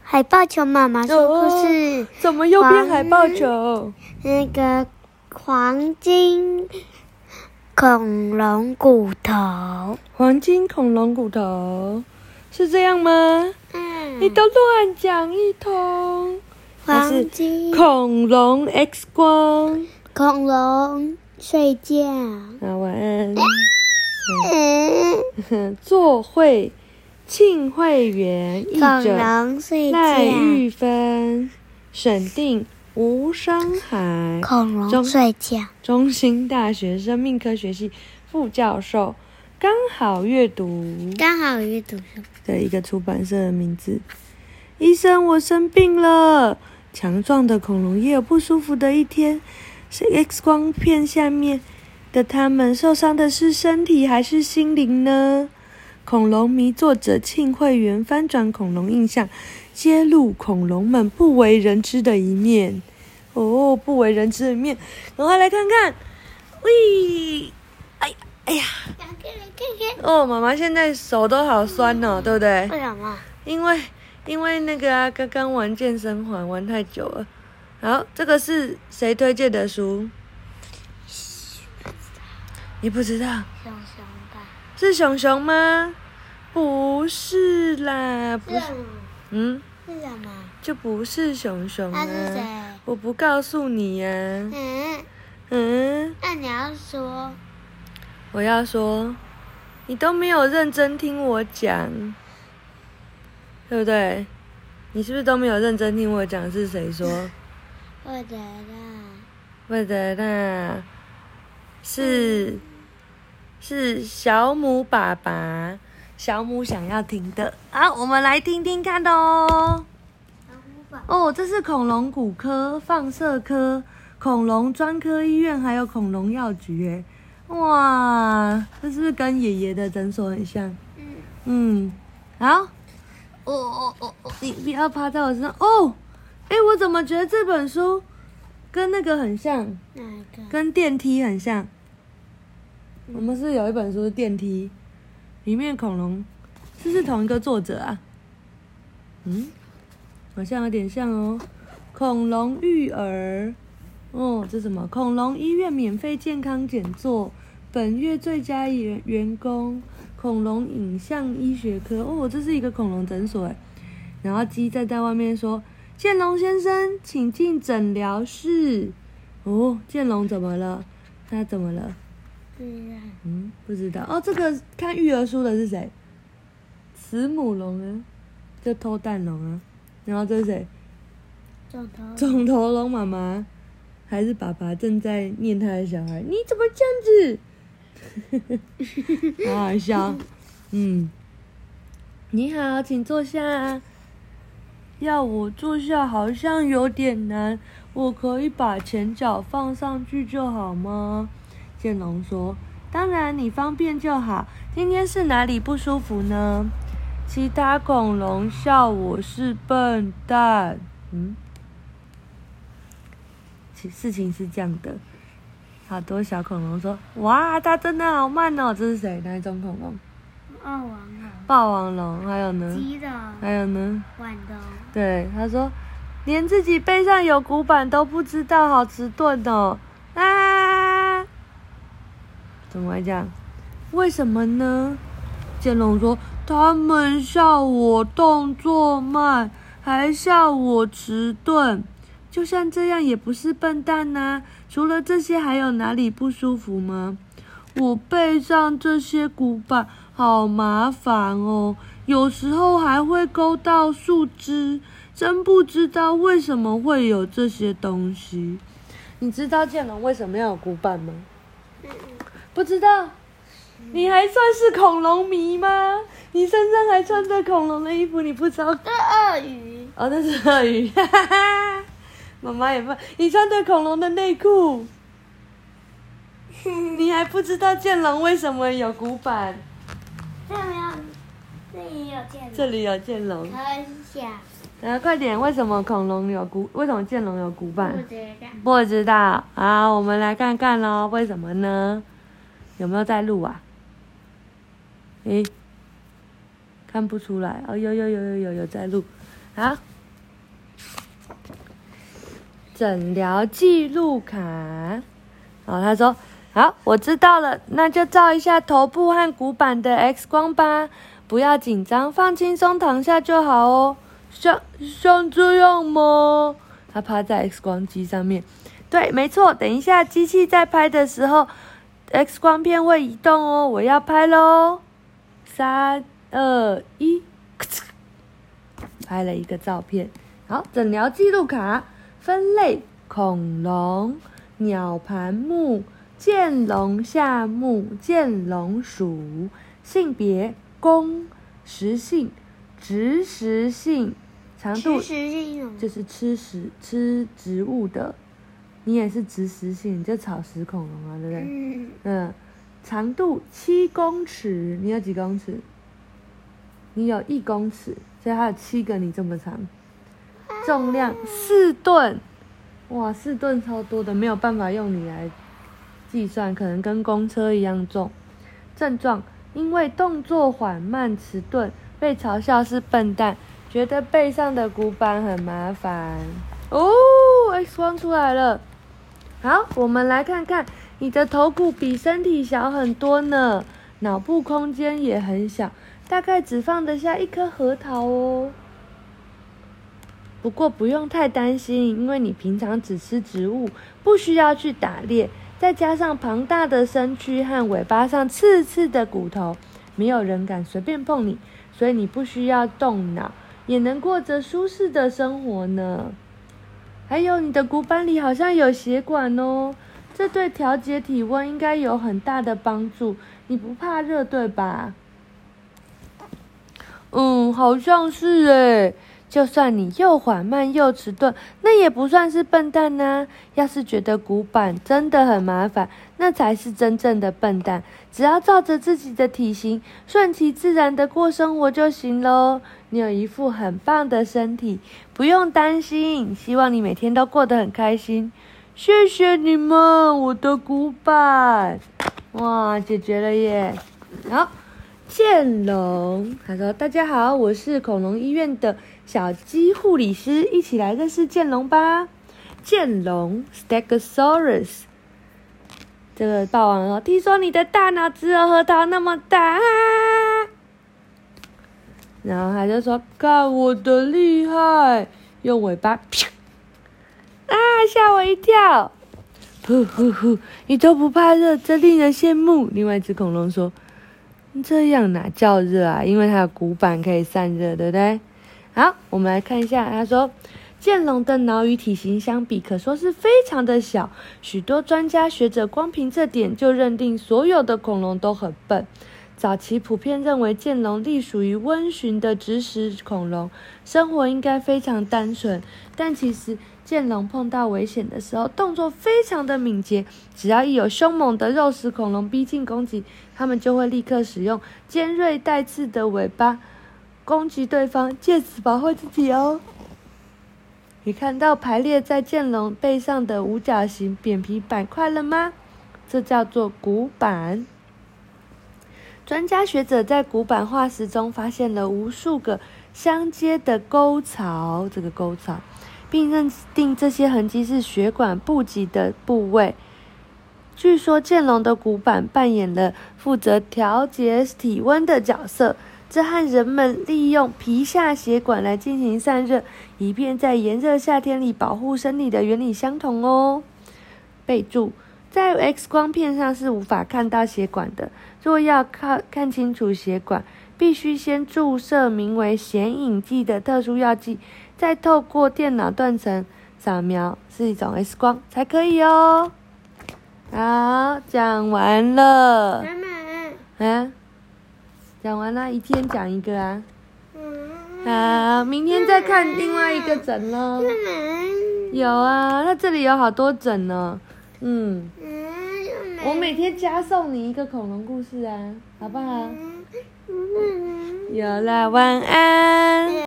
海豹球妈妈说故事， 怎么又变海豹球？ 那个黄金恐龙骨头， 黄金恐龙骨头是这样吗？你都乱讲一通。 黄金恐龙 X 光， 恐龙睡觉。 好，晚安。作会庆会员译恐者龙睡觉。 赖玉芬，审定吴商海， 恐龙睡觉。 中兴大学生命科学系副教授，刚好阅读的一个出版社的名字。医生，我生病了。强壮的恐龙也有不舒服的一天。是 X 光片下面的他们受伤的是身体还是心灵呢？恐龙迷作者庆会员翻转恐龙印象，揭露恐龙们不为人知的一面。哦，不为人知的一面，赶快来看看。喂，哎呀！哦，妈妈现在手都好酸哦，对不对？ 为什么？ 因为那个啊，刚刚玩健身环玩太久了。好，这个是谁推荐的书？你不知道？ 熊熊吧？ 是熊熊吗？不是啦，不是。 是什么？ 就不是熊熊啊。 他是谁？ 我不告诉你呀。 那你要说？ 我要说，你都没有认真听我讲，对不对？你是不是都没有认真听我讲？是谁说？不得啦，是小母爸爸，小母想要听的。好，我们来听听看哦。哦，这是恐龙骨科、放射科、恐龙专科医院，还有恐龙药局，哎，哇，这是不是跟爷爷的诊所很像？好。你不要趴在我身上哦！我怎么觉得这本书跟那个很像？ 哪一个？ 跟电梯很像。我们是有一本书是电梯，里面恐龙，是不是同一个作者啊？好像有点像哦。恐龙育儿，这什么？恐龙医院免费健康讲座，本月最佳员工。恐龙影像医学科，这是一个恐龙诊所，然后鸡在外面说：“剑龙先生，请进诊疗室。”剑龙怎么了？他怎么了？不知道。这个看育儿书的是谁？慈母龙啊，就偷蛋龙啊。然后这是谁？肿头龙妈妈还是爸爸正在念他的小孩？你怎么这样子？好好笑。你好，请坐下。要我坐下好像有点难，我可以把前脚放上去就好吗？剑龙说：“当然，你方便就好。今天是哪里不舒服呢？”其他恐龙笑我是笨蛋。事情是这样的。好多小恐龙说：“哇，它真的好慢哦！”这是谁？哪一种恐龙？霸王龙。还有呢？ 鸡的。 还有呢？ 豌豆。 对，他说，连自己背上有骨板都不知道，好迟钝哦！啊！怎么会这样？为什么呢？剑龙说：“他们笑我动作慢，还笑我迟钝。就像这样也不是笨蛋啊。除了这些，还有哪里不舒服吗？我背上这些骨板好麻烦哦，有时候还会勾到树枝，真不知道为什么会有这些东西。”你知道剑龙为什么要有骨板吗？不知道。你还算是恐龙迷吗？你身上还穿着恐龙的衣服，你不知道？ 这鳄鱼。 那是鳄鱼。妈妈也问你穿着恐龙的内裤。你还不知道剑龙为什么有骨板？这里有剑龙。快点，为什么剑龙有骨板？不知道。好，我们来看看咯，为什么呢？有没有在录啊？看不出来。有在录。好， 诊疗记录卡。然后他说，好，我知道了，那就照一下头部和骨板的 X 光吧，不要紧张，放轻松躺下就好哦。像这样吗？他趴在 X 光机上面。对，没错，等一下机器在拍的时候 X 光片会移动哦，我要拍咯。3、2、1，拍了一个照片。好，诊疗记录卡，分类恐龙、鸟盘目、剑龙下目、剑龙属，性别公，食性植食性，长度就是吃植物的，你也是植食性，你就草食恐龙啊，对不对？长度7公尺，你有几公尺？你有1公尺，所以它有7个你这么长。重量4吨，哇，4吨超多的，没有办法用你来计算，可能跟公车一样重。症状：因为动作缓慢迟钝，被嘲笑是笨蛋，觉得背上的骨板很麻烦。哦 ，X 光出来了。好，我们来看看，你的头骨比身体小很多呢，脑部空间也很小，大概只放得下1颗核桃哦。不过不用太担心，因为你平常只吃植物，不需要去打猎，再加上庞大的身躯和尾巴上刺刺的骨头，没有人敢随便碰你，所以你不需要动脑，也能过着舒适的生活呢。还有你的骨板里好像有血管哦，这对调节体温应该有很大的帮助。你不怕热对吧？好像是耶。就算你又缓慢又迟钝，那也不算是笨蛋啊。要是觉得骨板真的很麻烦，那才是真正的笨蛋。只要照着自己的体型，顺其自然的过生活就行咯。你有一副很棒的身体，不用担心。希望你每天都过得很开心。谢谢你们，我的骨板，哇，解决了耶！好。剑龙，他说：“大家好，我是恐龙医院的小鸡护理师，一起来认识剑龙吧。”剑龙 Stegosaurus， 这个霸王说：“听说你的大脑只有核桃那么大啊！”然后他就说：“看我的厉害！”用尾巴，吓我一跳！呼呼呼，你都不怕热，真令人羡慕。另外一只恐龙说。这样哪叫热啊？因为它的骨板可以散热，对不对？好，我们来看一下，他说，剑龙的脑与体型相比，可说是非常的小。许多专家学者光凭这点就认定所有的恐龙都很笨。早期普遍认为剑龙隶属于温驯的植食恐龙，生活应该非常单纯。但其实剑龙碰到危险的时候，动作非常的敏捷，只要一有凶猛的肉食恐龙逼近攻击，它们就会立刻使用尖锐带刺的尾巴攻击对方，借此保护自己哦。你看到排列在剑龙背上的五角形扁平板块了吗？这叫做骨板。专家学者在骨板化石中发现了无数个相接的沟槽，并认定这些痕迹是血管布集的部位。据说剑龙的骨板扮演了负责调节体温的角色，这和人们利用皮下血管来进行散热，以便在炎热夏天里保护身体的原理相同哦。备注：在 X 光片上是无法看到血管的，若要看清楚血管，必须先注射名为显影剂的特殊药剂，再透过电脑断层扫描，是一种 X 光才可以哦。好，讲完了。 妈妈， 讲完了，一天讲一个啊。好，明天再看另外一个疹咯。有啊，它这里有好多疹呢。我每天加送你一个恐龙故事啊，好不好？有啦，晚安。